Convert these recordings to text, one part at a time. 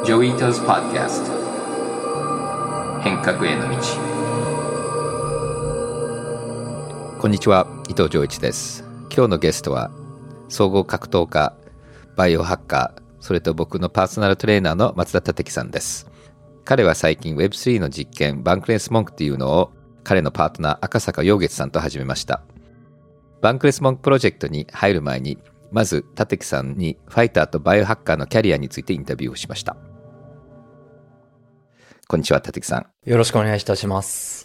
ジョイトズ・パッドキャスト変革への道。 こんにちは、伊藤浄一です。今日のゲストは総合格闘家、バイオハッカー、それと僕のパーソナルトレーナーの松田立樹さんです。彼は最近 Web3 の実験バンクレスモンクというのを彼のパートナー赤坂陽月さんと始めました。バンクレスモンクプロジェクトに入る前にまず立樹さんにファイターとバイオハッカーのキャリアについてインタビューをしました。こんにちは、立木さん。 よろしくお願いいたします。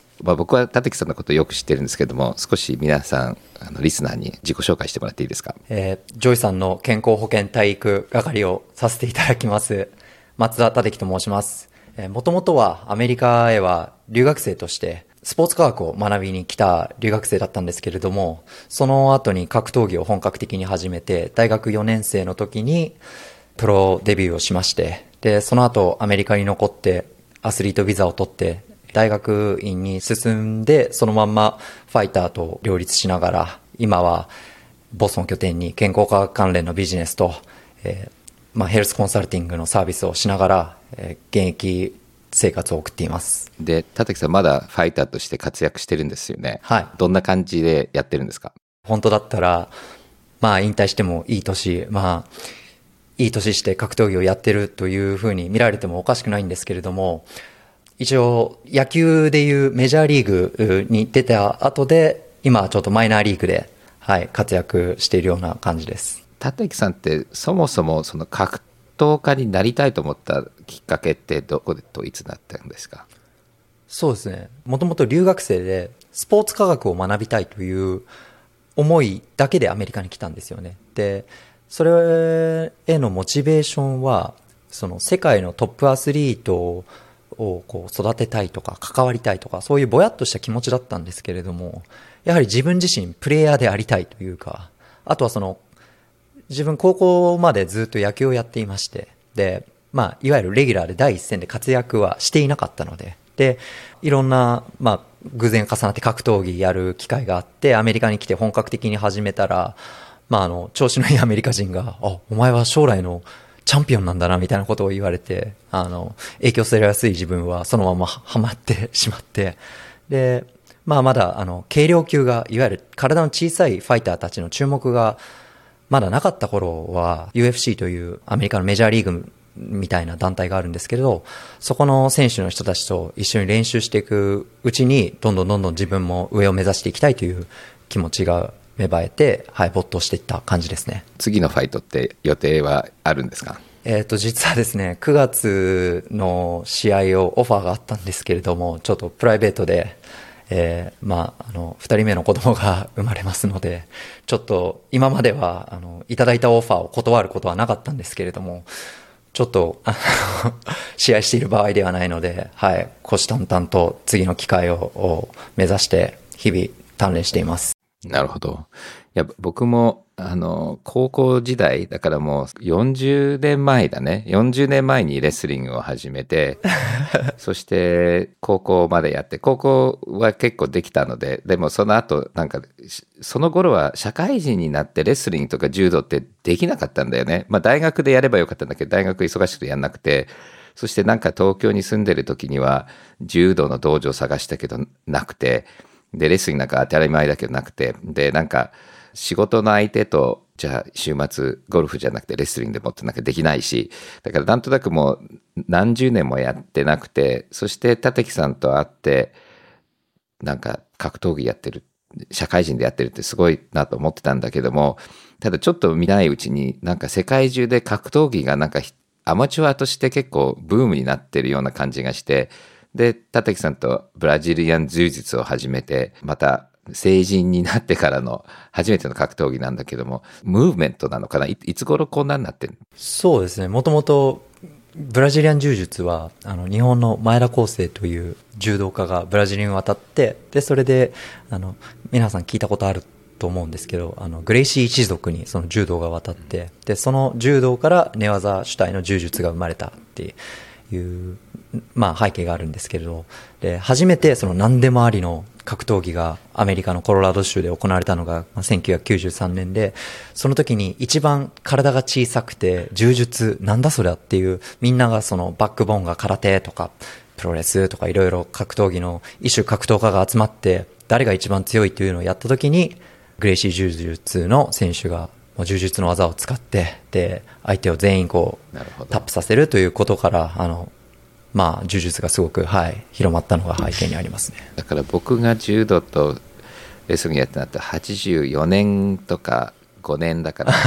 僕は立木さんのことをよく知ってるんですけども、少し皆さんリスナーに自己紹介してもらっていいですか？ ジョイさんの健康保険体育係をさせていただきます松田立樹と申します。もともとはアメリカへは留学生としてスポーツ科学を学びに来た留学生だったんですけれども、その後に格闘技を本格的に始めて、大学4年生の時にプロデビューをしまして、でその後アメリカに残ってアスリートビザを取って大学院に進んで、そのまんまファイターと両立しながら、今はボストン拠点に健康科学関連のビジネスと、ヘルスコンサルティングのサービスをしながら、現役生活を送っています。 で、立木さんまだファイターとして活躍してるんですよね。 はい。 どんな感じでやってるんですか？ 本当だったら引退してもいい年、いい年して格闘技をやってるというふうに見られてもおかしくないんですけれども、一応野球でいうメジャーリーグに出た後で、今はちょっとマイナーリーグで、活躍しているような感じです。 立木さんってそもそもその格闘家になりたいと思ったきっかけってどこでといつだったんですか？ そうですね。もともと留学生でスポーツ科学を学びたいという思いだけでアメリカに来たんですよね。で、それへのモチベーションは、その世界のトップアスリートをこう育てたいとか関わりたいとか、そういうぼやっとした気持ちだったんですけれども、やはり自分自身プレイヤーでありたいというか、あとは自分高校までずっと野球をやっていまして、で、いわゆるレギュラーで第一線で活躍はしていなかったので、で、いろんな、偶然重なって格闘技やる機会があって、アメリカに来て本格的に始めたら、調子のいいアメリカ人が、お前は将来のチャンピオンなんだな、みたいなことを言われて、影響されやすい自分はそのままハマってしまって、で、まだ、軽量級が、いわゆる体の小さいファイターたちの注目が、まだなかった頃は、UFC というアメリカのメジャーリーグみたいな団体があるんですけれど、そこの選手の人たちと一緒に練習していくうちに、どんどん自分も上を目指していきたいという気持ちが芽生えて、没頭していった感じですね。 次のファイトって予定はあるんですか？ 実はですね、9月の試合をオファーがあったんですけれども、ちょっとプライベートで、2人目の子供が生まれますので、ちょっと今まではいただいたオファーを断ることはなかったんですけれども、ちょっと試合している場合ではないので、虎視眈々と次の機会を目指して日々鍛錬しています。 なるほど。いや、僕も高校時代だからもう40年前だね。40年前にレスリングを始めてそして高校までやって、高校は結構できたので、でもその後その頃は社会人になってレスリングとか柔道ってできなかったんだよね。大学でやればよかったんだけど、大学忙しくてやんなくて、そして東京に住んでる時には柔道の道場を探したけどなくて、でレスリング当たり前だけどなくて、で仕事の相手とじゃあ週末ゴルフじゃなくてレスリングでもってできないし、だからなんとなくもう何十年もやってなくて、そして立木さんと会って格闘技やってる、社会人でやってるってすごいなと思ってたんだけども、ただちょっと見ないうちに世界中で格闘技がアマチュアとして結構ブームになってるような感じがして、で立木さんとブラジリアン柔術を始めて、また成人になってからの初めての格闘技なんだけども、ムーブメントなのかな、いつ頃こんなになってるの？ そうですね、もともとブラジリアン柔術は日本の前田康生という柔道家がブラジルに渡って、でそれで皆さん聞いたことあると思うんですけど、グレイシー一族にその柔道が渡って、でその柔道から寝技主体の柔術が生まれたっていうまあ背景があるんですけれど、で、初めてその何でもありの格闘技がアメリカのコロラド州で行われたのが1993年で、その時に一番体が小さくて柔術なんだそれっていう、みんながそのバックボーンが空手とかプロレスとかいろいろ格闘技の一種格闘家が集まって誰が一番強いっていうのをやった時に、グレイシー柔術の選手がもう柔術の技を使って、で相手を全員こうタップさせるということから、まあ柔術がすごく、広まったのが背景にありますね。 だから僕が柔道とレスリングやってなった84年とか5年だから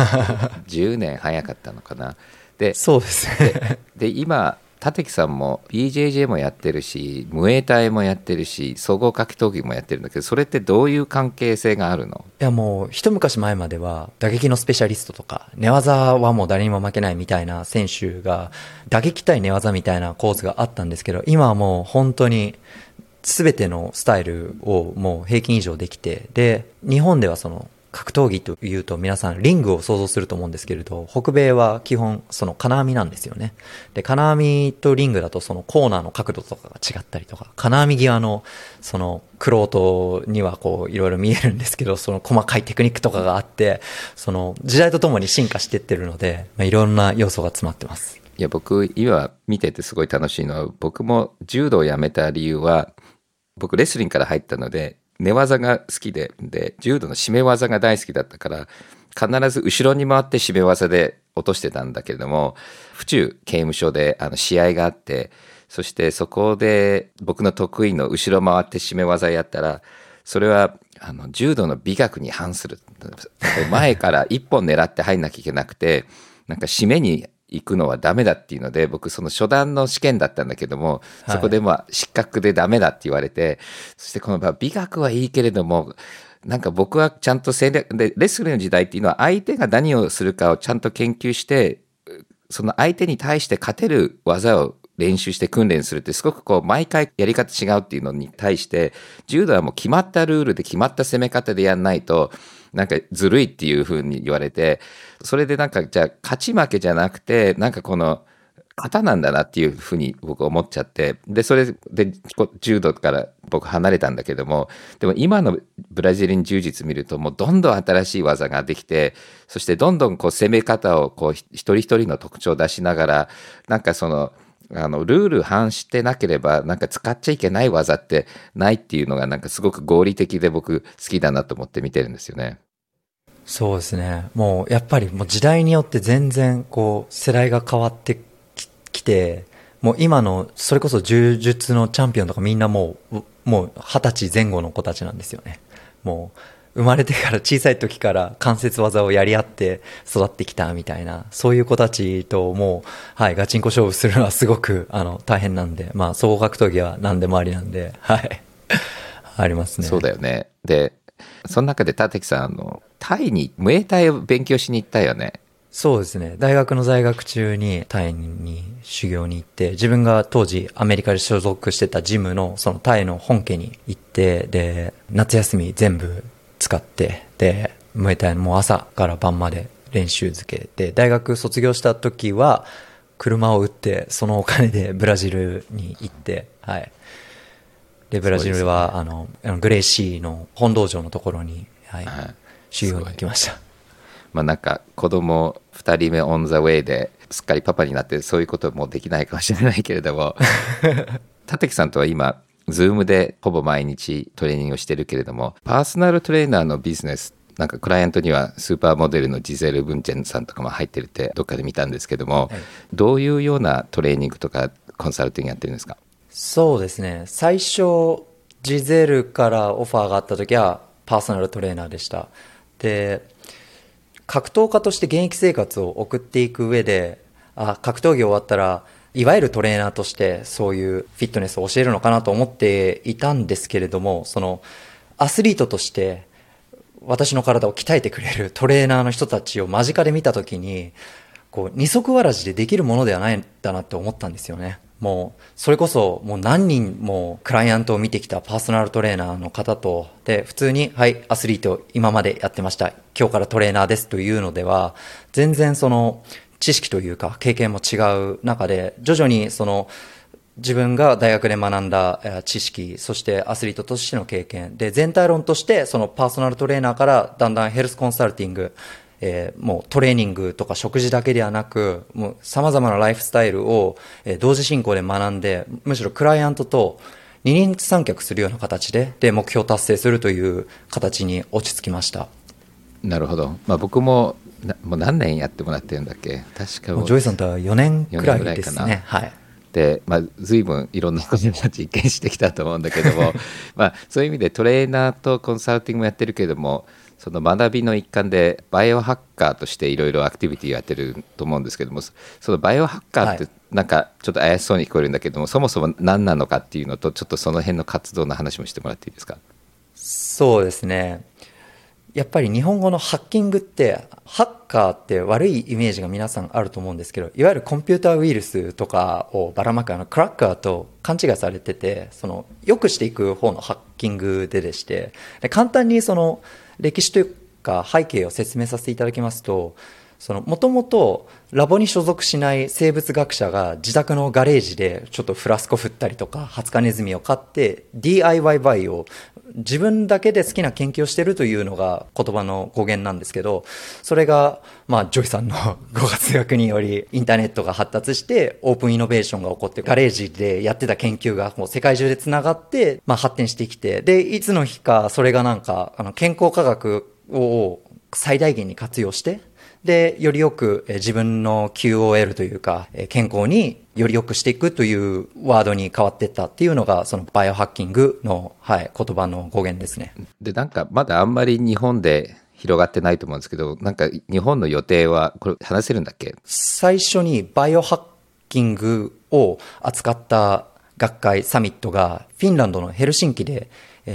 10年早かったのかな。でそうですね。 で今立木さんも BJJ もやってるし、ムエタイもやってるし、総合格闘技もやってるんだけど、それってどういう関係性があるの？ いや、もう一昔前までは打撃のスペシャリストとか寝技はもう誰にも負けないみたいな選手が、打撃対寝技みたいな構図があったんですけど、今はもう本当に全てのスタイルをもう平均以上できて、で日本ではその格闘技というと皆さんリングを想像すると思うんですけれど、北米は基本その金網なんですよね。で金網とリングだとそのコーナーの角度とかが違ったりとか、金網際のそのクロートにはこういろいろ見えるんですけど、その細かいテクニックとかがあって、その時代とともに進化していってるので、いろんな要素が詰まってます。 いや、僕今見ててすごい楽しいのは、僕も柔道をやめた理由は、僕レスリングから入ったので寝技が好きで、柔道の締め技が大好きだったから、必ず後ろに回って締め技で落としてたんだけれども、府中刑務所で試合があって、そしてそこで僕の得意の後ろ回って締め技やったら、それは柔道の美学に反する。前から一本狙って入んなきゃいけなくて、なんか締めに行くのはダメだっていうので、僕その初段の試験だったんだけども、そこで失格でダメだって言われて、そしてこの美学はいいけれども、なんか僕はちゃんと戦略で、レスリングの時代っていうのは相手が何をするかをちゃんと研究して、その相手に対して勝てる技を練習して訓練するって、すごくこう毎回やり方違うっていうのに対して、柔道はもう決まったルールで決まった攻め方でやんないとなんかずるいっていう風に言われて、それでなんかじゃあ勝ち負けじゃなくて、なんかこの型なんだなっていう風に僕思っちゃって、でそれで柔道から僕離れたんだけども、でも今のブラジリン柔術見るともうどんどん新しい技ができて、そしてどんどんこう攻め方をこう一人一人の特徴を出しながら、なんかそのルール反してなければなんか使っちゃいけない技ってないっていうのがなんかすごく合理的で僕好きだなと思って見てるんですよね。 そうですね。もうやっぱりもう時代によって全然こう世代が変わってきて、もう今のそれこそ柔術のチャンピオンとかみんなもう20歳前後の子たちなんですよね。もう生まれてから小さい時から関節技をやり合って育ってきたみたいな、そういう子たちともう、ガチンコ勝負するのはすごく大変なんで、まあ総合格闘技は何でもありなんで、ありますね。 そうだよね。でその中で立木さんタイにムエタイを勉強しに行ったよね。 そうですね。大学の在学中にタイに修行に行って、自分が当時アメリカで所属してたジムのそのタイの本家に行って、で夏休み全部使って、でムエタイのもう朝から晩まで練習漬けで、大学卒業した時は車を売ってそのお金でブラジルに行って、でブラジルはグレイシーの本道場のところに、修行に行きました。 まあなんか子供2人目オンザウェイですっかりパパになって、そういうこともできないかもしれないけれども立木さんとは今ズームでほぼ毎日トレーニングをしてるけれども、パーソナルトレーナーのビジネス、なんかクライアントにはスーパーモデルのジゼル・ブンチェンさんとかも入ってるってどっかで見たんですけども、どういうようなトレーニングとかコンサルティングやってるんですか？ そうですね。最初ジゼルからオファーがあった時はパーソナルトレーナーでした。で格闘家として現役生活を送っていく上で、格闘技終わったらいわゆるトレーナーとしてそういうフィットネスを教えるのかなと思っていたんですけれども、そのアスリートとして私の体を鍛えてくれるトレーナーの人たちを間近で見たときに、こう二足わらじでできるものではないんだなって思ったんですよね。もうそれこそもう何人もクライアントを見てきたパーソナルトレーナーの方と、で普通にアスリート今までやってました、今日からトレーナーですというのでは全然その知識というか経験も違う中で、徐々にその自分が大学で学んだ知識、そしてアスリートとしての経験で、全体論としてそのパーソナルトレーナーからだんだんヘルスコンサルティング、もうトレーニングとか食事だけではなく、もう様々なライフスタイルを同時進行で学んで、むしろクライアントと二人三脚するような形で目標達成するという形に落ち着きました。 なるほど。僕ももう何年やってもらってるんだっけ。確かもうジョイさんとは4年くらいですね。はい。 で、随分いろんなことたち実験してきたと思うんだけどもそういう意味でトレーナーとコンサルティングもやってるけれども、その学びの一環でバイオハッカーとしていろいろアクティビティやってると思うんですけども、そのバイオハッカーってなんかちょっと怪しそうに聞こえるんだけども、そもそも何なのかっていうのと、ちょっとその辺の活動の話もしてもらっていいですか。 そうですね。やっぱり日本語のハッキングって、ハッカーって悪いイメージが皆さんあると思うんですけど、いわゆるコンピューターウイルスとかをばらまくクラッカーと勘違いされてて、良くしていく方のハッキングでして、簡単にその歴史というか背景を説明させていただきますと、もともとラボに所属しない生物学者が自宅のガレージでちょっとフラスコ振ったりとか、ハツカネズミを飼って DIY バイオ、自分だけで好きな研究をしているというのが言葉の語源なんですけど、それがジョイさんのご活躍によりインターネットが発達してオープンイノベーションが起こって、ガレージでやってた研究がもう世界中でつながって発展してきて、でいつの日かそれが健康科学を最大限に活用して、でよりよく自分の QOL というか健康により良くしていくというワードに変わっていったっていうのが、そのバイオハッキングの、言葉の語源ですね。 でまだあんまり日本で広がってないと思うんですけど、日本の予定はこれ話せるんだっけ。 最初にバイオハッキングを扱った学会サミットがフィンランドのヘルシンキで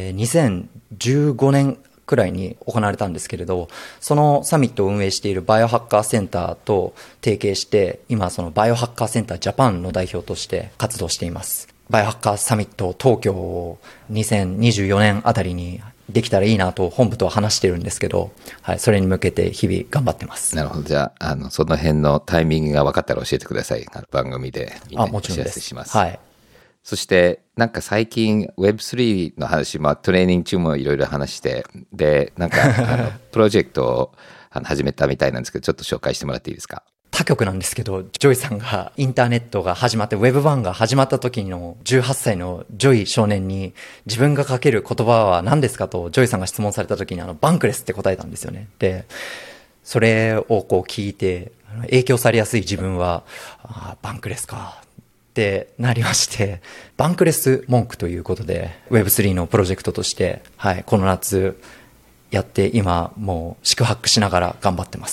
2015年くらいに行われたんですけれど、そのサミットを運営しているバイオハッカーセンターと提携して、今そのバイオハッカーセンタージャパンの代表として活動しています。バイオハッカーサミット東京を2024年あたりにできたらいいなと本部とは話してるんですけど、それに向けて日々頑張ってます。 なるほど。じゃあ、その辺のタイミングが分かったら教えてください。番組でみんなにお知らせします。 はい。 そして最近 Web3 の話、トレーニング中もいろいろ話して、でプロジェクトを始めたみたいなんですけど、ちょっと紹介してもらっていいですか。 他局なんですけど、ジョイさんがインターネットが始まって Web1 が始まった時の18歳のジョイ少年に、自分が書ける言葉は何ですかとジョイさんが質問された時にバンクレスって答えたんですよね。でそれを聞いて、影響されやすい自分はバンクレスかってなりまして、バンクレス文句ということで Web3 のプロジェクトとして、この夏やって、今もう四苦八苦しながら頑張ってます。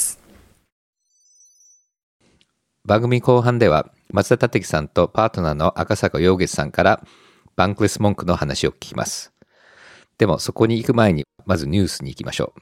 番組後半では松田立樹さんとパートナーの赤坂陽月さんからバンクレス文句の話を聞きます。でもそこに行く前にまずニュースに行きましょう。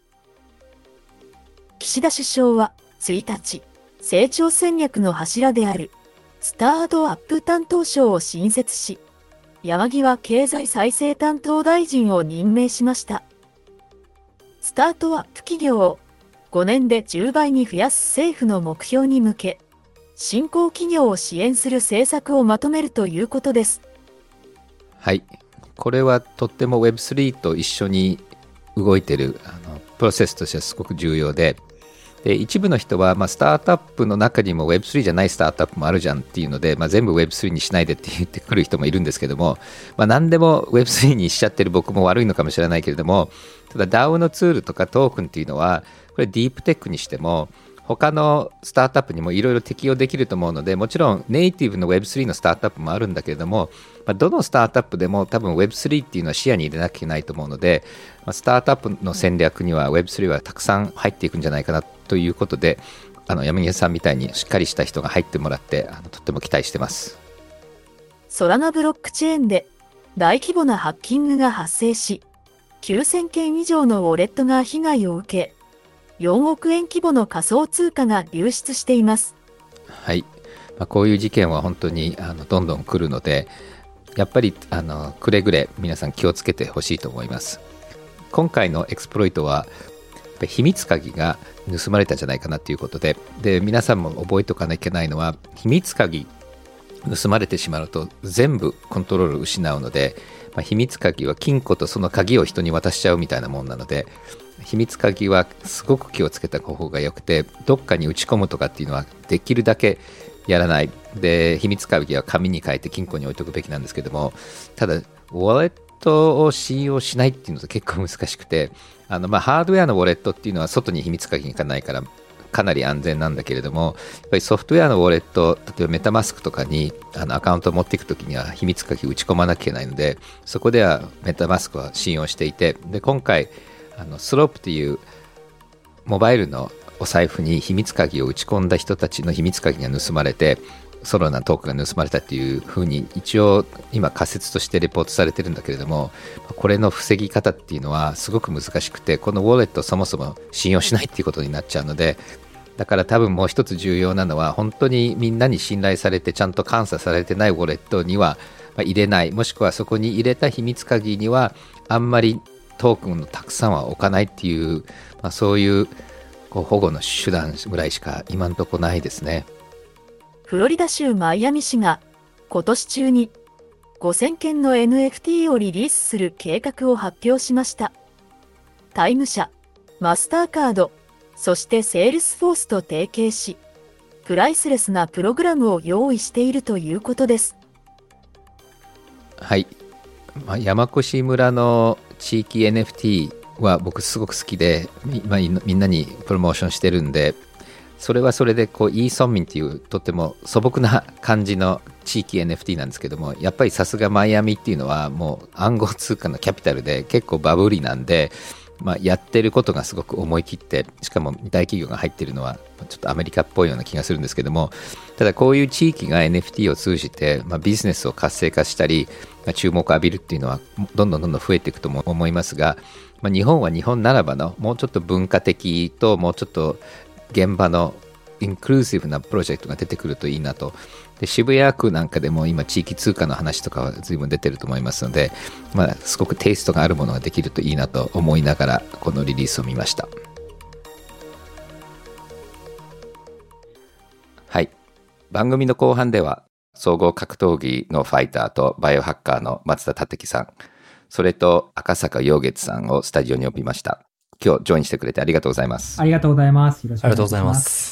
岸田首相は1日、成長戦略の柱であるスタートアップ担当省を新設し、山際経済再生担当大臣を任命しました。スタートアップ企業を5年で10倍に増やす政府の目標に向け、新興企業を支援する政策をまとめるということです。 はい、これはとっても Web3 と一緒に動いているプロセスとしてはすごく重要で、一部の人はスタートアップの中にも Web3 じゃないスタートアップもあるじゃんっていうので、全部 Web3 にしないでって言ってくる人もいるんですけども、何でも Web3 にしちゃってる僕も悪いのかもしれないけれども、ただ DAO のツールとかトークンっていうのはこれディープテックにしても他のスタートアップにもいろいろ適用できると思うので、もちろんネイティブの Web3 のスタートアップもあるんだけれども、どのスタートアップでも多分 Web3 っていうのは視野に入れなきゃいけないと思うので、スタートアップの戦略には Web3 はたくさん入っていくんじゃないかなということで、山際さんみたいにしっかりした人が入ってもらってとっても期待してます。 ソラナブロックチェーンで大規模なハッキングが発生し、9000件以上のウォレットが被害を受け、4億円規模の仮想通貨が流出しています。 はい、こういう事件は本当にどんどん来るので、やっぱりくれぐれ皆さん気をつけてほしいと思います。今回のエクスプロイトは秘密鍵が盗まれたんじゃないかなということで、皆さんも覚えておかなきゃいけないのは、秘密鍵盗まれてしまうと全部コントロールを失うので、秘密鍵は金庫とその鍵を人に渡しちゃうみたいなもんなので、秘密鍵はすごく気をつけた方がよくて、どっかに打ち込むとかっていうのはできるだけやらないで、秘密鍵は紙に書いて金庫に置いとくべきなんですけども、ただウォレットを信用しないっていうのと結構難しくて、ハードウェアのウォレットっていうのは外に秘密鍵がないからかなり安全なんだけれども、やっぱりソフトウェアのウォレット、例えばメタマスクとかにアカウントを持っていくときには秘密鍵打ち込まなきゃいけないので、そこではメタマスクは信用していて、で今回スロープっていうモバイルのお財布に秘密鍵を打ち込んだ人たちの秘密鍵が盗まれて、ソロなトークが盗まれたっていうふうに一応今仮説としてレポートされてるんだけれども、これの防ぎ方っていうのはすごく難しくて、このウォレットをそもそも信用しないっていうことになっちゃうので、だから多分もう一つ重要なのは、本当にみんなに信頼されてちゃんと監査されてないウォレットには入れない、もしくはそこに入れた秘密鍵にはあんまりトークンのたくさんは置かないっていう、そういう保護の手段ぐらいしか今のところないですね。 フロリダ州マイアミ市が今年中に5000件の NFT をリリースする計画を発表しました。タイム社、マスターカード、そしてセールスフォースと提携し、プライスレスなプログラムを用意しているということです。 はい、山越村の地域 NFT は僕すごく好きで、みんなにプロモーションしてるんで、それはそれでイーソンミンっていうとっても素朴な感じの地域 NFT なんですけども、やっぱりさすがマイアミっていうのはもう暗号通貨のキャピタルで結構バブリなんで、やってることがすごく思い切って、しかも大企業が入ってるのはちょっとアメリカっぽいような気がするんですけども、ただこういう地域が NFT を通じて、ビジネスを活性化したり、注目を浴びるっていうのはどんどん増えていくと思いますが、日本は日本ならばのもうちょっと文化的ともうちょっと現場のインクルーシブなプロジェクトが出てくるといいなと。で渋谷区なんかでも今地域通貨の話とかは随分出てると思いますので、すごくテイストがあるものができるといいなと思いながらこのリリースを見ました。はい、番組の後半では総合格闘技のファイターとバイオハッカーの松田立樹さん、それと赤坂陽月さんをスタジオに呼びました。今日ジョインしてくれてありがとうございます。 ありがとうございます。よろしくお願いします。 ありがとうございます。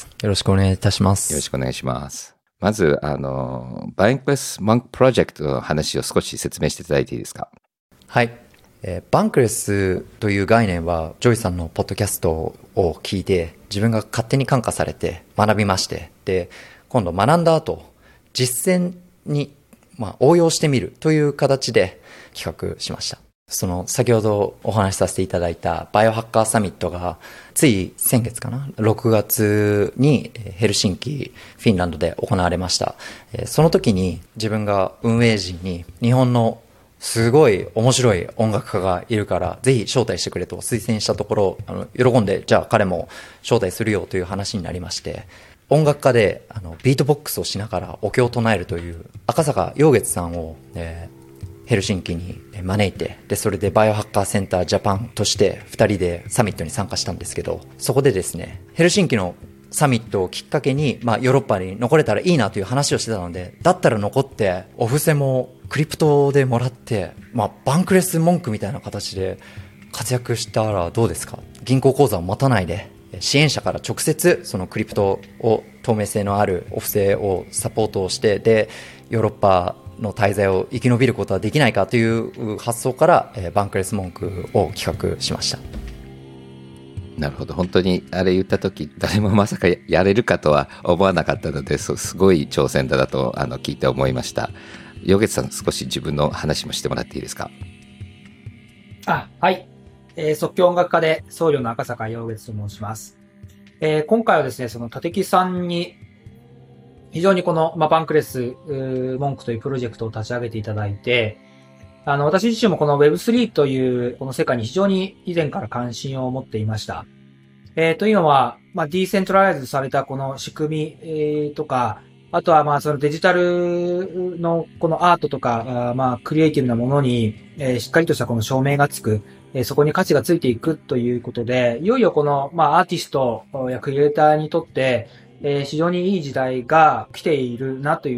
よろしくお願いいたします。 よろしくお願いします。まずバンクレスモンクプロジェクトの話を少し説明していただいていいですか。 はい、バンクレスという概念はジョイさんのポッドキャストを聞いて自分が勝手に感化されて学びまして、で今度学んだ後実践に応用してみるという形で企画しました。先ほどお話しさせていただいたバイオハッカーサミットがつい先月かな、6月にヘルシンキ、フィンランドで行われました。その時に自分が運営陣に日本のすごい面白い音楽家がいるからぜひ招待してくれと推薦したところ、喜んでじゃあ彼も招待するよという話になりまして、音楽家でビートボックスをしながらお経を唱えるという赤坂陽月さんを、ヘルシンキに招いて、でそれでバイオハッカーセンタージャパンとして2人でサミットに参加したんですけど、そこでですねヘルシンキのサミットをきっかけに、ヨーロッパに残れたらいいなという話をしてたので、だったら残ってお布施もクリプトでもらって、バンクレス文句みたいな形で活躍したらどうですか。銀行口座を持たないで支援者から直接そのクリプトを透明性のあるお布施をサポートをして、でヨーロッパの滞在を生き延びることはできないかという発想からバンクレス文句を企画しました。 なるほど、本当にあれ言った時誰もまさかやれるかとは思わなかったので、すごい挑戦だなと聞いて思いました。陽月さん、少し自分の話もしてもらっていいですか。 はい、即興音楽家で僧侶の赤坂陽月と申します。今回はですね、その立木さんに非常にこの、バンクレス文句というプロジェクトを立ち上げていただいて、私自身もこの Web3 というこの世界に非常に以前から関心を持っていました。というのは、ディーセントライズされたこの仕組み、とか、あとはそのデジタルのこのアートとか、クリエイティブなものに、しっかりとしたこの証明がつく、そこに価値がついていくということで、いよいよこの、アーティストやクリエイターにとって、非常にいい時代が来ているなという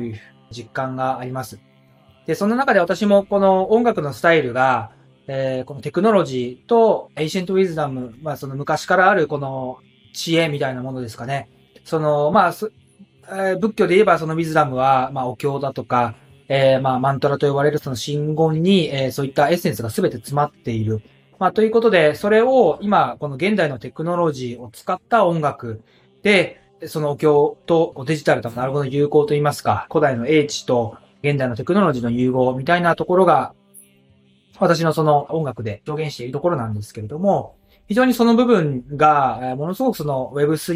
実感があります。で、その中で私もこの音楽のスタイルが、このテクノロジーとエイシェントウィズダム、その昔からあるこの知恵みたいなものですかね。その、仏教で言えばそのウィズダムは、お経だとか、マントラと呼ばれるその真言に、そういったエッセンスが全て詰まっている。ということで、それを今、この現代のテクノロジーを使った音楽で、そのお経とデジタルとなるほど融合といいますか、古代の英知と現代のテクノロジーの融合みたいなところが、私のその音楽で表現しているところなんですけれども、非常にその部分が、ものすごくその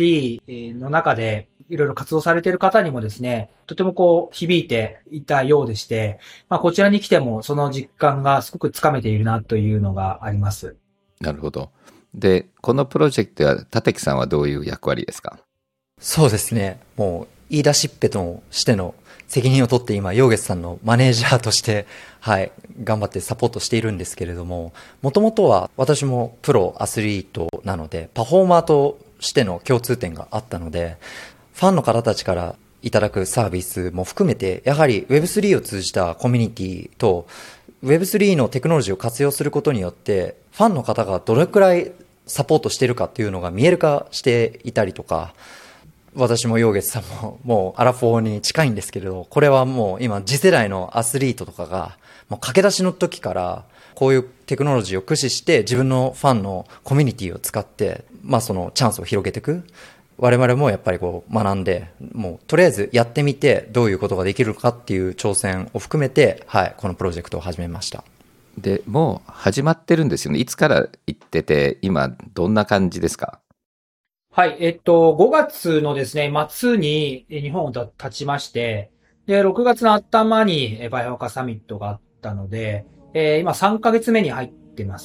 Web3 の中でいろいろ活動されている方にもですね、とても響いていたようでして、こちらに来てもその実感がすごくつかめているなというのがあります。 なるほど。で、このプロジェクトは立木さんはどういう役割ですか？ そうですね。もう、言い出しっぺとしての責任を取って今、陽月さんのマネージャーとして、頑張ってサポートしているんですけれども、もともとは私もプロアスリートなので、パフォーマーとしての共通点があったので、ファンの方たちからいただくサービスも含めて、やはり Web3 を通じたコミュニティと、Web3 のテクノロジーを活用することによって、ファンの方がどれくらいサポートしているかっていうのが見える化していたりとか、私も陽月さんももうアラフォーに近いんですけれど、これはもう今次世代のアスリートとかがもう駆け出しの時からこういうテクノロジーを駆使して自分のファンのコミュニティを使ってそのチャンスを広げていく。我々もやっぱり学んで、もうとりあえずやってみてどういうことができるかっていう挑戦を含めて、このプロジェクトを始めました。 で、もう始まってるんですよね。いつから行ってて、今どんな感じですか？ はい、5月のですね、末に日本を立ちまして、で、6月の頭にバイオカサミットがあったので、今3ヶ月目に入っています。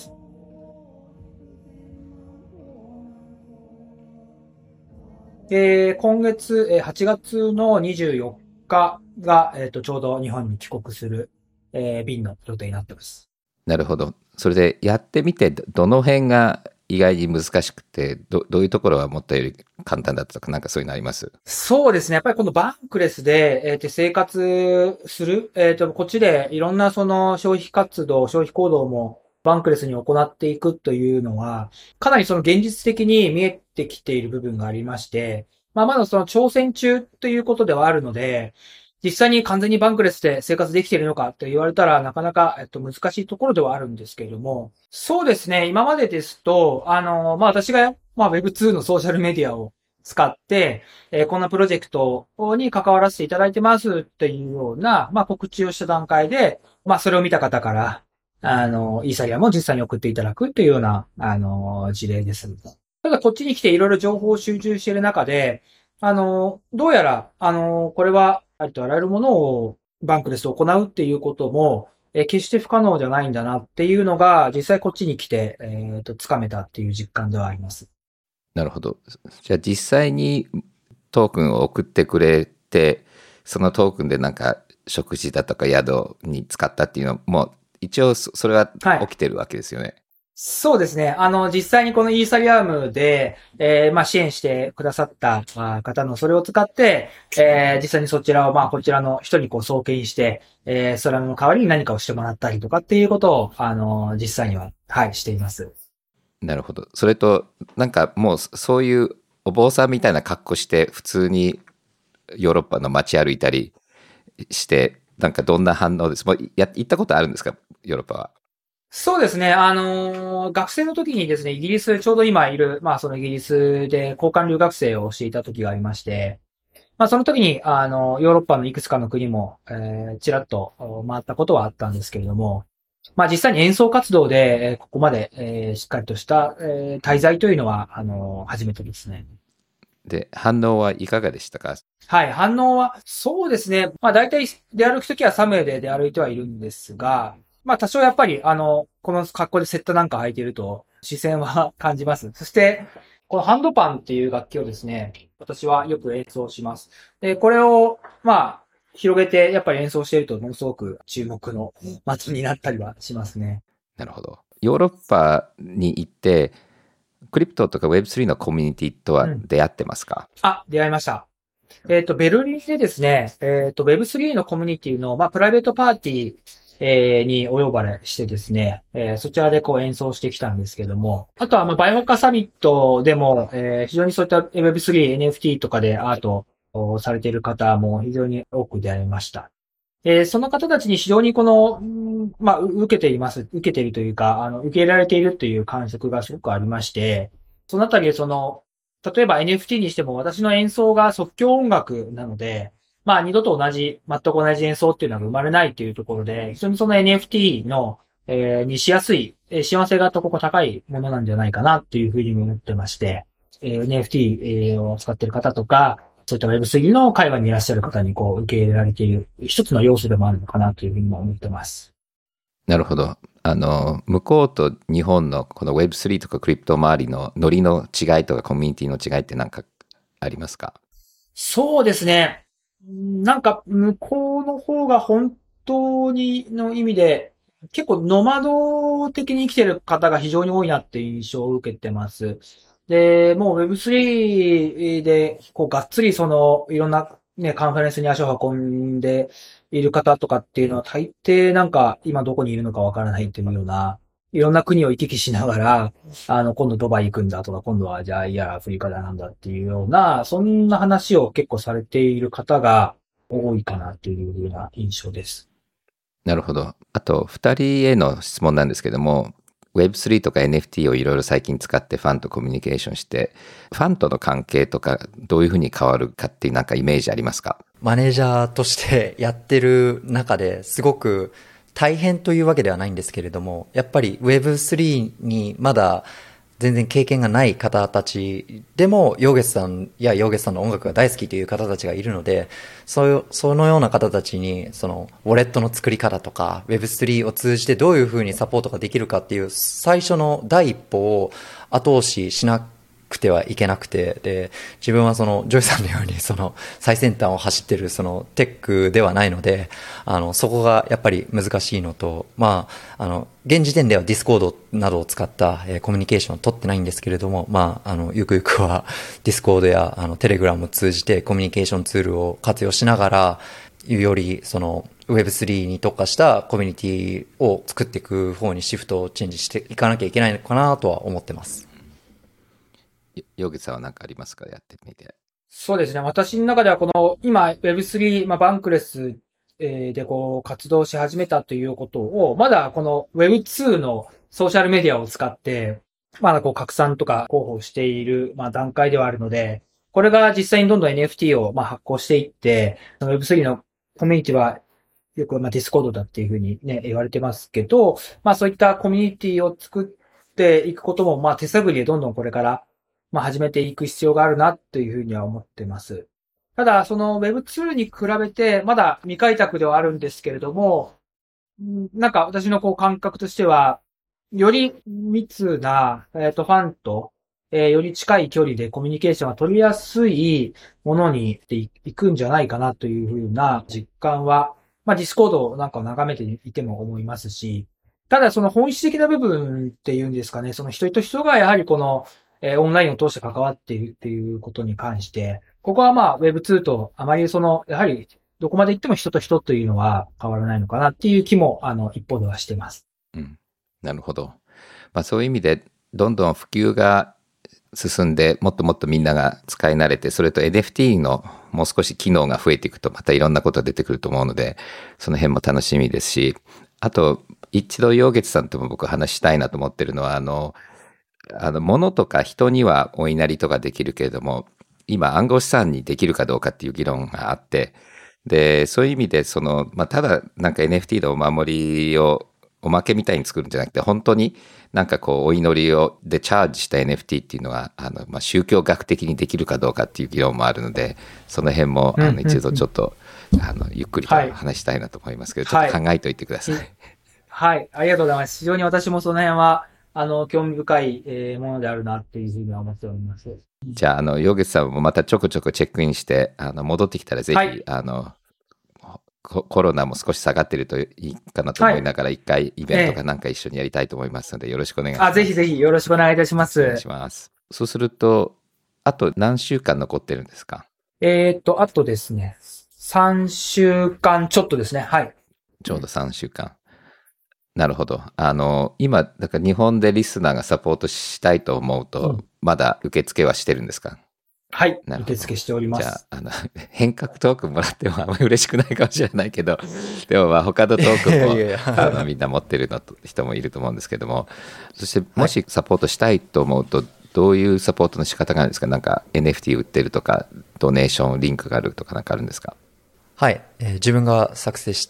今月、8月の24日が、ちょうど日本に帰国する、便の予定になっています。 なるほど。それでやってみて、どの辺が意外に難しくて、どういうところは思ったより簡単だったとか、なんかそういうのあります？ そうですね。やっぱりこのバンクレスで、生活する、こっちでいろんなその消費活動、消費行動もバンクレスに行っていくというのは、かなりその現実的に見えてきている部分がありまして、まだその挑戦中ということではあるので、実際に完全にバンクレスで生活できているのかと言われたらなかなか、難しいところではあるんですけれども、そうですね、今までですと、私が、Web2 のソーシャルメディアを使って、こんなプロジェクトに関わらせていただいてますっていうような、告知をした段階で、それを見た方から、イーサリアムを実際に送っていただくというような、事例です。ただこっちに来ていろいろ情報を収集している中で、どうやら、これは、ありとあらゆるものをバンクレスで行うっていうことも、決して不可能じゃないんだなっていうのが、実際こっちに来て、つかめたっていう実感ではあります。 なるほど。じゃあ実際にトークンを送ってくれて、そのトークンでなんか食事だとか宿に使ったっていうのも、一応それは起きてるわけですよね。はい、 そうですね。実際にこのイーサリアムで、支援してくださった方のそれを使って、実際にそちらを、こちらの人に送金して、それの代わりに何かをしてもらったりとかっていうことを、実際には、しています。 なるほど。それと、なんかもうそういうお坊さんみたいな格好して、普通にヨーロッパの街歩いたりして、なんかどんな反応です？もう行ったことあるんですか？ヨーロッパは。 そうですね。学生の時にですね、イギリス、ちょうど今いる、そのイギリスで交換留学生をしていた時がありまして、その時に、ヨーロッパのいくつかの国も、ちらっと回ったことはあったんですけれども、実際に演奏活動で、ここまで、しっかりとした、滞在というのは、初めてですね。 で、反応はいかがでしたか？ はい、反応は、そうですね。大体出歩くときはサムエで出歩いてはいるんですが、多少やっぱり、この格好でセットなんか履いていると、視線は感じます。そして、このハンドパンっていう楽器をですね、私はよく演奏します。で、これを、広げて、やっぱり演奏していると、ものすごく注目の的になったりはしますね。 なるほど。ヨーロッパに行って、クリプトとか Web3 のコミュニティとは出会ってますか？ 出会いました。 ベルリンでですね、Web3 のコミュニティの、プライベートパーティー、にお呼ばれしてですね、そちらでこう演奏してきたんですけども、あとはバイオハッカーサミットでも、非常にそういった Web3、NFT とかでアートをされている方も非常に多く出会いました。その方たちに非常にこの、受けているというか、受け入れられているという感触がすごくありまして、そのあたりで例えば NFT にしても私の演奏が即興音楽なので、二度と全く同じ演奏っていうのは生まれないっていうところで、非常にその NFT の、にしやすい、幸せが高いものなんじゃないかなっていうふうに思ってまして、NFT を使っている方とか、そういった Web3 の会話にいらっしゃる方に受け入れられている一つの要素でもあるのかなというふうにも思ってます。 なるほど。向こうと日本のこの Web3 とかクリプト周りのノリの違いとかコミュニティの違いって何かありますか？ そうですね。なんか、向こうの方が本当にの意味で、結構ノマド的に生きてる方が非常に多いなっていう印象を受けてます。で、もう Web3 で、がっつりいろんなね、カンファレンスに足を運んでいる方とかっていうのは大抵なんか今どこにいるのかわからないっていうような、いろんな国を行き来しながら、今度ドバイ行くんだとか、今度はじゃあ、いや、アフリカだなんだっていうような、そんな話を結構されている方が多いかなっていうような印象です。 なるほど。あと、2人への質問なんですけども、Web3 とか NFT をいろいろ最近使ってファンとコミュニケーションして、ファンとの関係とかどういうふうに変わるかっていうなんかイメージありますか？ マネージャーとしてやってる中ですごく大変というわけではないんですけれども、やっぱり Web3 にまだ全然経験がない方たちでも、ヨーゲスさんやヨーゲスさんの音楽が大好きという方たちがいるので、そのような方たちに、ウォレットの作り方とか、Web3 を通じてどういうふうにサポートができるかっていう最初の第一歩を後押ししなくてはいけなくて、で、自分はジョイさんのように最先端を走ってるテックではないので、そこがやっぱり難しいのと、現時点ではディスコードなどを使った、コミュニケーションを取ってないんですけれども、ゆくゆくはディスコードやテレグラムを通じてコミュニケーションツールを活用しながら、よりWeb3 に特化したコミュニティを作っていく方にシフトをチェンジしていかなきゃいけないのかなとは思ってます。 ヨゲさんは何かありますか？やってみて。 そうですね。私の中では今 Web3、バンクレスで活動し始めたということを、まだこの Web2 のソーシャルメディアを使って、まだ拡散とか広報している、段階ではあるので、これが実際にどんどん NFT を発行していって、Web3 のコミュニティはよくディスコードだっていうふうにね、言われてますけど、そういったコミュニティを作っていくことも、手探りでどんどんこれから始めていく必要があるなというふうには思ってます。ただ、Web2 に比べて、まだ未開拓ではあるんですけれども、なんか私の感覚としては、より密な、ファンと、より近い距離でコミュニケーションが取りやすいものにいくんじゃないかなというふうな実感は、ディスコードなんかを眺めていても思いますし、ただその本質的な部分っていうんですかね、その人と人がやはりオンラインを通して関わっているっていうことに関して、ここはWeb2 とあまりやはりどこまで行っても人と人というのは変わらないのかなっていう気も、一方ではしています。 うん。なるほど。そういう意味で、どんどん普及が進んで、もっともっとみんなが使い慣れて、それと NFT のもう少し機能が増えていくと、またいろんなことが出てくると思うので、その辺も楽しみですし、あと、一度、陽月さんとも僕話したいなと思ってるのは、物とか人にはお稲荷とかできるけれども、今暗号資産にできるかどうかっていう議論があって、で、そういう意味で、ただなんか NFT のお守りをおまけみたいに作るんじゃなくて、本当になんかお祈りでチャージした NFT っていうのは、宗教学的にできるかどうかっていう議論もあるので、その辺も、一度ちょっと、ゆっくりと話したいなと思いますけど、ちょっと考えておいてください。 はい、ありがとうございます。非常に私もその辺は、興味深いものであるなっていうふうには思っております。 じゃあ、陽月さんもまたちょこちょこチェックインして、戻ってきたらぜひ、コロナも少し下がってるといいかなと思いながら、一回イベントかなんか一緒にやりたいと思いますので、よろしくお願いします。 ぜひぜひよろしくお願いいたします。 お願いします。そうすると、あと何週間残ってるんですか？ あとですね、3週間ちょっとですね。はい。 ちょうど3週間。なるほど。今、だから日本でリスナーがサポートしたいと思うと、まだ受付はしてるんですか？ はい。 なるほど。 受付しておりまじゃす。 あ、変革トークもらってもあんまり嬉しくないかもしれないけど、でもまあ他のトークもいやいやいやみんな持ってる人もいると思うんですけども、そしてもしサポートしたいと思うと、どういうサポートの仕方があるんですか？なんか NFT 売ってるとか、ドネーションリンクがあるとかなんかあるんですか？ はい、自分が作成した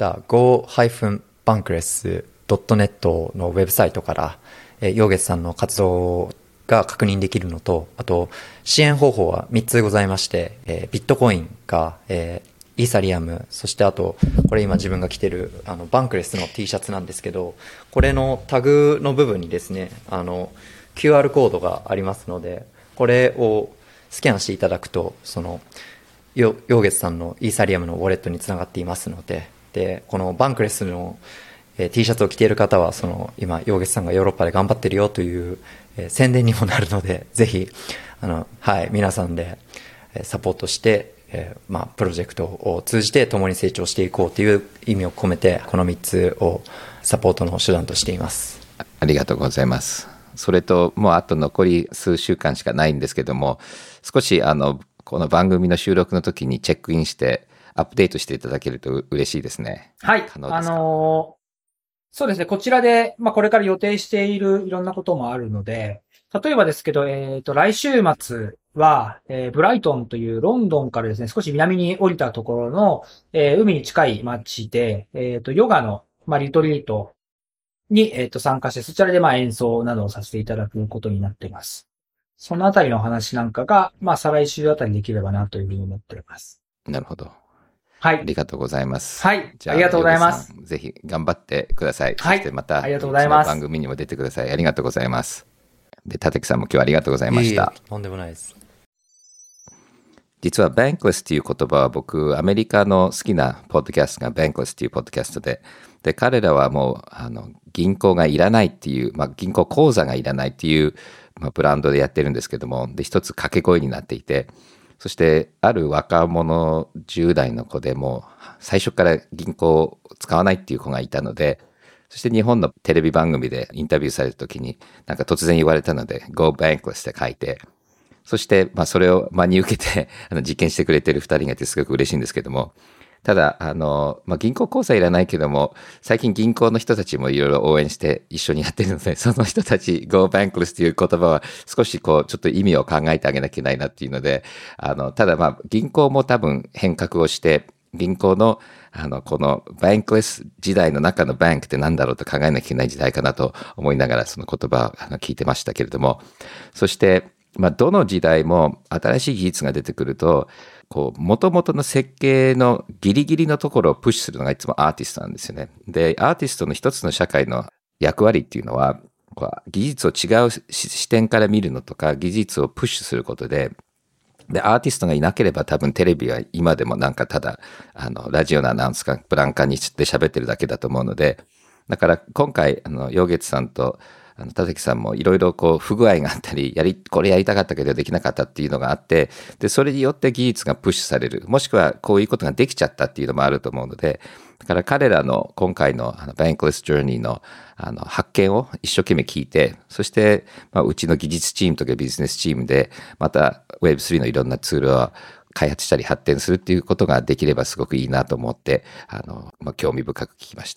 go-bankless.net のウェブサイトから、陽月さんの活動が確認できるのと、あと支援方法は3つございまして、ビットコインか、イーサリアム、そしてあと、これ今自分が着てるバンクレスの T シャツなんですけど、これのタグの部分にですね、QR コードがありますので、これをスキャンしていただくと、陽月さんのイーサリアムのウォレットにつながっていますので、で、このバンクレスの、T シャツを着ている方は、今、陽月さんがヨーロッパで頑張ってるよという、宣伝にもなるので、ぜひ、はい、皆さんで、サポートして、プロジェクトを通じて共に成長していこうという意味を込めて、この3つをサポートの手段としています。 ありがとうございます。それと、もうあと残り数週間しかないんですけども、少しこの番組の収録の時にチェックインしてアップデートしていただけると嬉しいですね。 はい。 可能ですか？ そうですね。こちらで、これから予定しているいろんなこともあるので、例えばですけど、来週末は、ブライトンというロンドンからですね、少し南に降りたところの、海に近い街で、ヨガの、リトリートに、参加して、そちらで演奏などをさせていただくことになっています。そのあたりの話なんかが、再来週あたりできればなというふうに思っております。 なるほど。 はい。 ありがとうございます。 はい。 じゃあ、 ありがとうございます。 ぜひ頑張ってください。 はい。 そしてまた、 ありがとうございます。 番組にも出てください。ありがとうございます。で、立木さんも今日はありがとうございました。 とんでもないです。 実は Bankless っていう言葉は僕、アメリカの好きなポッドキャストが Bankless っていうポッドキャストで、彼らはもう、銀行がいらないっていう、銀行口座がいらないっていう、ブランドでやってるんですけども、で、一つ掛け声になっていて、そしてある若者10代の子でも最初から銀行を使わないっていう子がいたので、そして日本のテレビ番組でインタビューされた時になんか突然言われたので Go Bankless って書いて、そしてそれを真に受けて実験してくれてる2人がいてすごく嬉しいんですけども、ただ銀行口座いらないけども、最近銀行の人たちもいろいろ応援して一緒にやってるので、その人たち Go Bankless という言葉は少しちょっと意味を考えてあげなきゃいけないなっていうので、ただ銀行も多分変革をして、銀行のこの Bankless 時代の中のバンクって何だろうと考えなきゃいけない時代かなと思いながらその言葉を聞いてましたけれども、そしてどの時代も新しい技術が出てくると、元々の設計のギリギリのところをプッシュするのがいつもアーティストなんですよね。で、アーティストの一つの社会の役割っていうのは、技術を違う視点から見るのとか、技術をプッシュすることで、アーティストがいなければ多分テレビは今でもなんかただ、ラジオのアナウンスかブランカにして喋ってるだけだと思うので、だから今回、陽月さんと、立木さんもいろいろ不具合があったり、これやりたかったけどできなかったっていうのがあって、で、それによって技術がプッシュされる。もしくはこういうことができちゃったっていうのもあると思うので、だから彼らの今回のBankless Journey の発見を一生懸命聞いて、そして、うちの技術チームとかビジネスチームで、また Web3 のいろんなツールを開発したり発展するっていうことができればすごくいいなと思って、興味深く聞きました。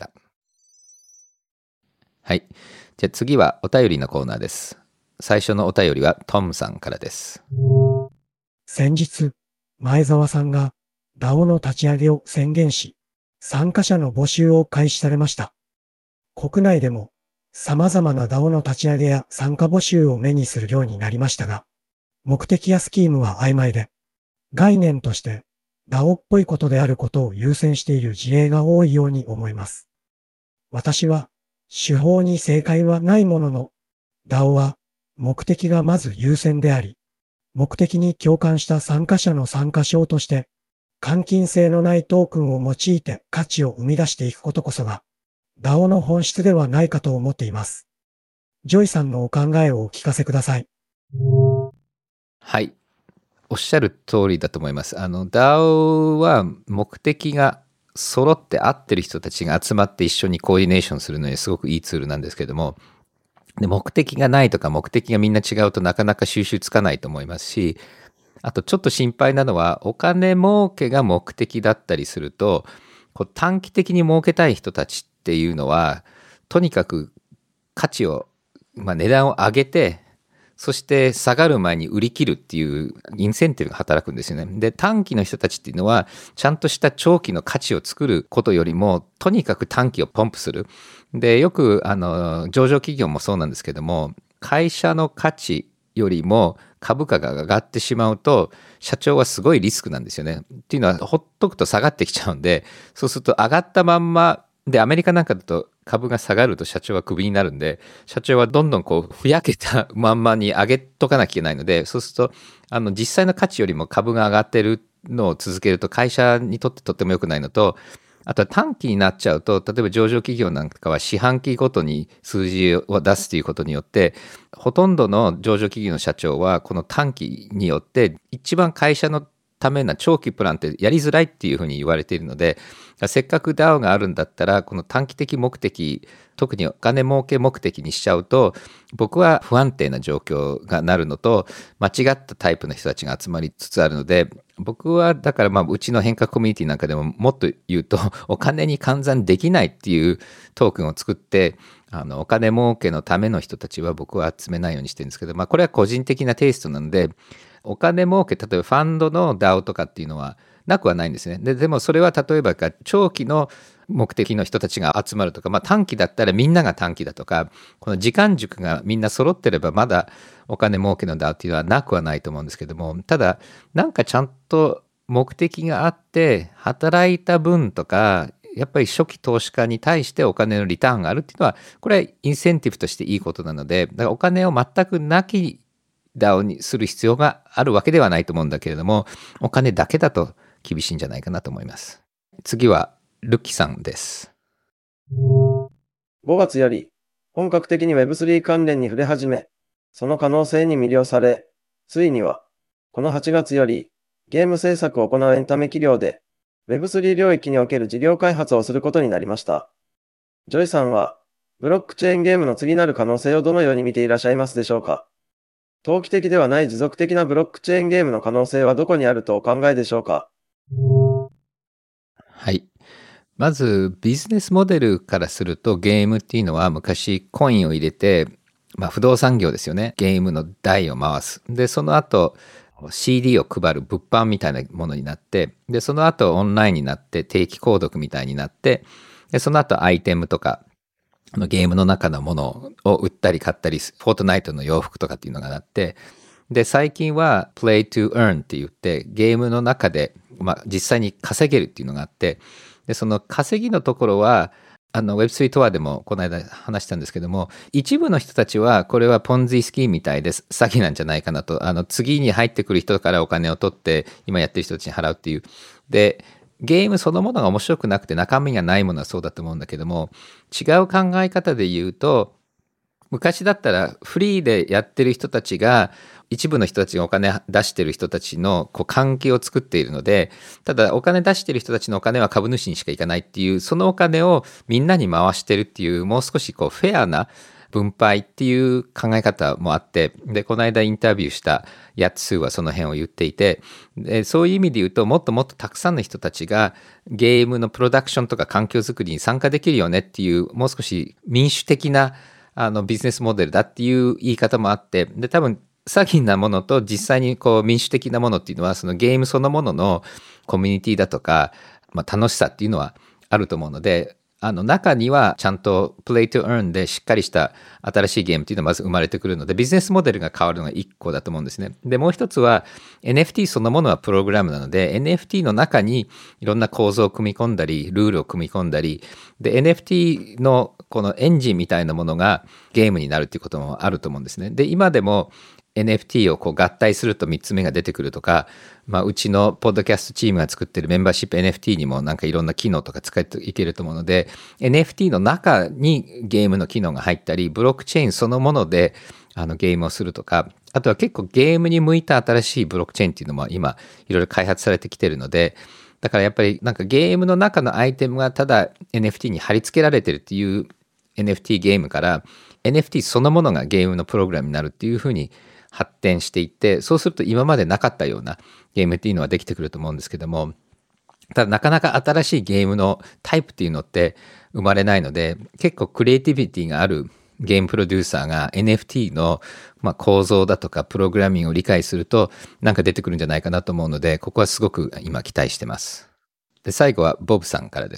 はい。じゃあ次はお便りのコーナーです。最初のお便りはトムさんからです。 先日、前澤さんが DAO の立ち上げを宣言し、参加者の募集を開始されました。国内でも様々な DAO の立ち上げや参加募集を目にするようになりましたが、目的やスキームは曖昧で、概念として DAO っぽいことであることを優先している事例が多いように思います。私は手法に正解はないものの、DAO は目的がまず優先であり、目的に共感した参加者の参加賞として、換金性のないトークンを用いて価値を生み出していくことこそが、DAO の本質ではないかと思っています。ジョイさんのお考えをお聞かせください。 はい。 おっしゃる通りだと思います。DAO は目的が揃って合ってる人たちが集まって一緒にコーディネーションするのにすごくいいツールなんですけども、で目的がないとか目的がみんな違うとなかなか収集つかないと思いますし、あとちょっと心配なのはお金儲けが目的だったりすると、こう短期的に儲けたい人たちっていうのはとにかく価値を、値段を上げて、そして下がる前に売り切るっていうインセンティブが働くんですよね。で、短期の人たちっていうのはちゃんとした長期の価値を作ることよりもとにかく短期をポンプする。で、よく上場企業もそうなんですけども、会社の価値よりも株価が上がってしまうと社長はすごいリスクなんですよね。っていうのはほっとくと下がってきちゃうんで、そうすると上がったまんまで、アメリカなんかだと株が下がると社長はクビになるんで、社長はどんどんこうふやけたまんまに上げとかなきゃいけないので、そうすると実際の価値よりも株が上がってるのを続けると会社にとってとっても良くないのと、あとは短期になっちゃうと、例えば上場企業なんかは四半期ごとに数字を出すということによって、ほとんどの上場企業の社長はこの短期によって一番会社のためな長期プランってやりづらいっていうふうに言われているので、せっかく DAO があるんだったらこの短期的目的、特にお金儲け目的にしちゃうと、僕は不安定な状況がなるのと、間違ったタイプの人たちが集まりつつあるので、僕はだからうちの変革コミュニティなんかでももっと言うと、お金に換算できないっていうトークンを作って、お金儲けのための人たちは僕は集めないようにしてるんですけど、これは個人的なテイストなので、お金儲け、例えばファンドの DAO とかっていうのはなくはないんですね。でもそれは例えば長期の目的の人たちが集まるとか、短期だったらみんなが短期だとか、この時間軸がみんな揃ってればまだお金儲けの DAO っていうのはなくはないと思うんですけども、ただなんかちゃんと目的があって働いた分とか、やっぱり初期投資家に対してお金のリターンがあるっていうのは、これはインセンティブとしていいことなので、だからお金を全くなきDAO にする必要があるわけではないと思うんだけれども、お金だけだと厳しいんじゃないかなと思います。次はルッキさんです。 5月より本格的に Web3 関連に触れ始め、その可能性に魅了され、ついにはこの8月よりゲーム制作を行うエンタメ企業で Web3 領域における事業開発をすることになりました。ジョイさんはブロックチェーンゲームの次なる可能性をどのように見ていらっしゃいますでしょうか？投機的ではない持続的なブロックチェーンゲームの可能性はどこにあるとお考えでしょうか？ はい。まずビジネスモデルからすると、ゲームっていうのは昔コインを入れて、不動産業ですよね。ゲームの台を回す。で、その後 CD を配る物販みたいなものになって、で、その後オンラインになって定期購読みたいになって、で、その後アイテムとか、ゲームの中のものを売ったり買ったり、フォートナイトの洋服とかっていうのがあって、で、最近は Play to Earn って言って、ゲームの中で、実際に稼げるっていうのがあって、で、その稼ぎのところは、Web3 トアでもこの間話したんですけども、一部の人たちはこれはポンジスキーみたいで詐欺なんじゃないかなと、次に入ってくる人からお金を取って今やってる人たちに払うっていう。で、ゲームそのものが面白くなくて中身がないものはそうだと思うんだけども、違う考え方で言うと、昔だったらフリーでやってる人たちが、一部の人たちがお金出してる人たちの関係を作っているので、ただお金出してる人たちのお金は株主にしかいかないっていう、そのお金をみんなに回してるっていう、もう少しフェアな分配っていう考え方もあって、で、この間インタビューしたヤッツーはその辺を言っていて、で、そういう意味で言うと、もっともっとたくさんの人たちがゲームのプロダクションとか環境づくりに参加できるよねっていう、もう少し民主的なビジネスモデルだっていう言い方もあって、で、多分詐欺なものと実際に民主的なものっていうのは、そのゲームそのもののコミュニティだとか、楽しさっていうのはあると思うので、中にはちゃんとプレイトゥーンでしっかりした新しいゲームっていうのがまず生まれてくるので、ビジネスモデルが変わるのが1個だと思うんですね。で、もう一つは NFT そのものはプログラムなので、 NFT の中にいろんな構造を組み込んだり、ルールを組み込んだり、で NFT のこのエンジンみたいなものがゲームになるっていうこともあると思うんですね。で、今でもNFT を合体すると3つ目が出てくるとか、うちのポッドキャストチームが作ってるメンバーシップ NFT にもなんかいろんな機能とか使っていけると思うので、 NFT の中にゲームの機能が入ったり、ブロックチェーンそのものでゲームをするとか、 あとは結構ゲームに向いた新しいブロックチェーンっていうのも今いろいろ開発されてきてるので、だからやっぱりなんかゲームの中のアイテムがただ NFT に貼り付けられてるっていう NFT ゲームから NFT そのものがゲームのプログラムになるっていうふうに発展していって、そうすると今までなかったようなゲームっていうのはできてくると思うんですけども、ただなかなか新しいゲームのタイプっていうのって生まれないので、結構クリエイティビティがあるゲームプロデューサーが NFT の構造だとかプログラミングを理解するとなんか出てくるんじゃないかなと思うので、ここはすごく今期待してます。で、最後はボブさんからです。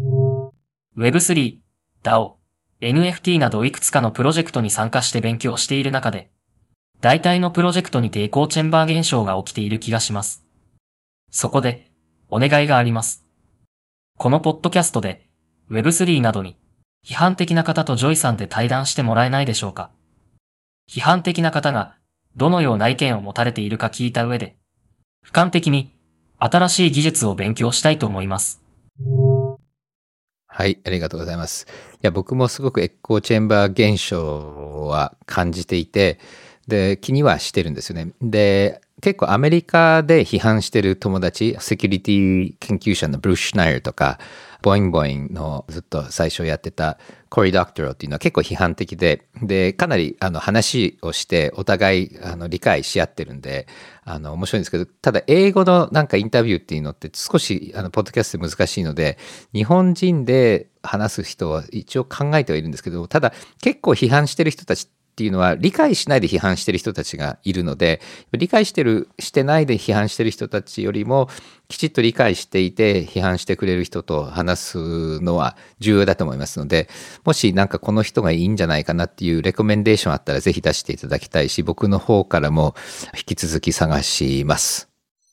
Web3、DAO、NFT などいくつかのプロジェクトに参加して勉強している中で、大体のプロジェクトにてエコーチェンバー現象が起きている気がします。そこで、お願いがあります。このポッドキャストで Web3 などに批判的な方とジョイさんで対談してもらえないでしょうか。批判的な方がどのような意見を持たれているか聞いた上で、俯瞰的に新しい技術を勉強したいと思います。 はい、ありがとうございます。いや、僕もすごくエコーチェンバー現象は感じていて、で、気にはしてるんですよね。で、結構アメリカで批判してる友達、セキュリティ研究者のブルース・シュナイヤーとか、ボインボインのずっと最初やってたコリー・ドクトロっていうのは結構批判的で、かなり話をしてお互い理解し合ってるんで、面白いんですけど、ただ英語のなんかインタビューっていうのって少しポッドキャストで難しいので、日本人で話す人は一応考えてはいるんですけど、ただ結構批判してる人たちっていうのは理解しないで批判してる人たちがいるので、理解してないで批判してる人たちよりもきちっと理解していて批判してくれる人と話すのは重要だと思いますので、もしなんかこの人がいいんじゃないかなっていうレコメンデーションあったらぜひ出していただきたいし、僕の方からも引き続き探します。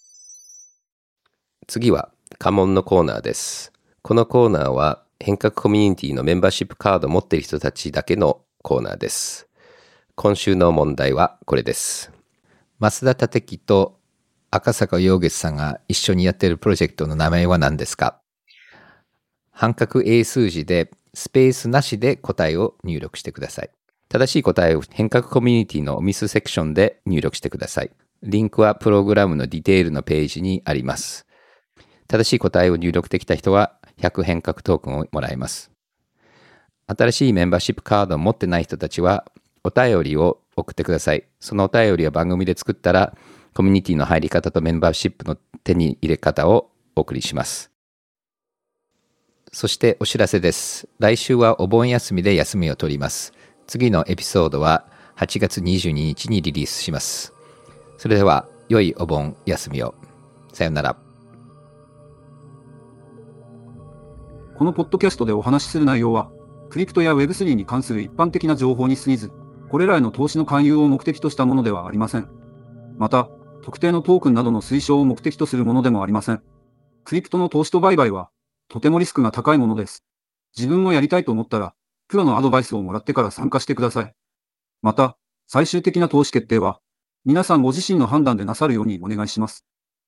次は家紋のコーナーです。このコーナーは変革コミュニティのメンバーシップカードを持っている人たちだけのコーナーです。今週の問題はこれです。増田立樹と赤坂陽月さんが一緒にやっているプロジェクトの名前は何ですか？半角英数字でスペースなしで答えを入力してください。正しい答えを変革コミュニティのミスセクションで入力してください。リンクはプログラムのディテールのページにあります。正しい答えを入力できた人は100変革トークンをもらえます。新しいメンバーシップカードを持ってない人たちはお便りを送ってください。そのお便りは番組で作ったら、コミュニティの入り方とメンバーシップの手に入れ方をお送りします。そしてお知らせです。来週はお盆休みで休みを取ります。次のエピソードは8月22日にリリースします。それでは、良いお盆休みを。さよなら。 このポッドキャストでお話しする内容は、クリプトや Web3 に関する一般的な情報に過ぎず、これらへの投資の勧誘を目的としたものではありません。また、特定のトークンなどの推奨を目的とするものでもありません。クリプトの投資と売買は、とてもリスクが高いものです。自分もやりたいと思ったら、プロのアドバイスをもらってから参加してください。また、最終的な投資決定は、皆さんご自身の判断でなさるようにお願いします。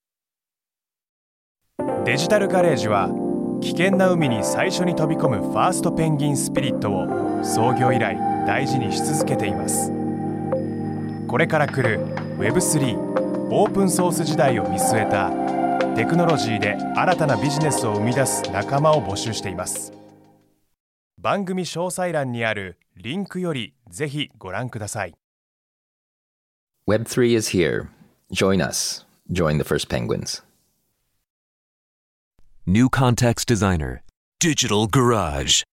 デジタルガレージは、危険な海に最初に飛び込むファーストペンギンスピリットを創業以来大事にし続けています。これから来る Web3 オープンソース時代を見据えたテクノロジーで新たなビジネスを生み出す仲間を募集しています。番組詳細欄にあるリンクよりぜひご覧ください。 Web3 is here. Join us. Join the first penguins. New Context Designer, Digital Garage.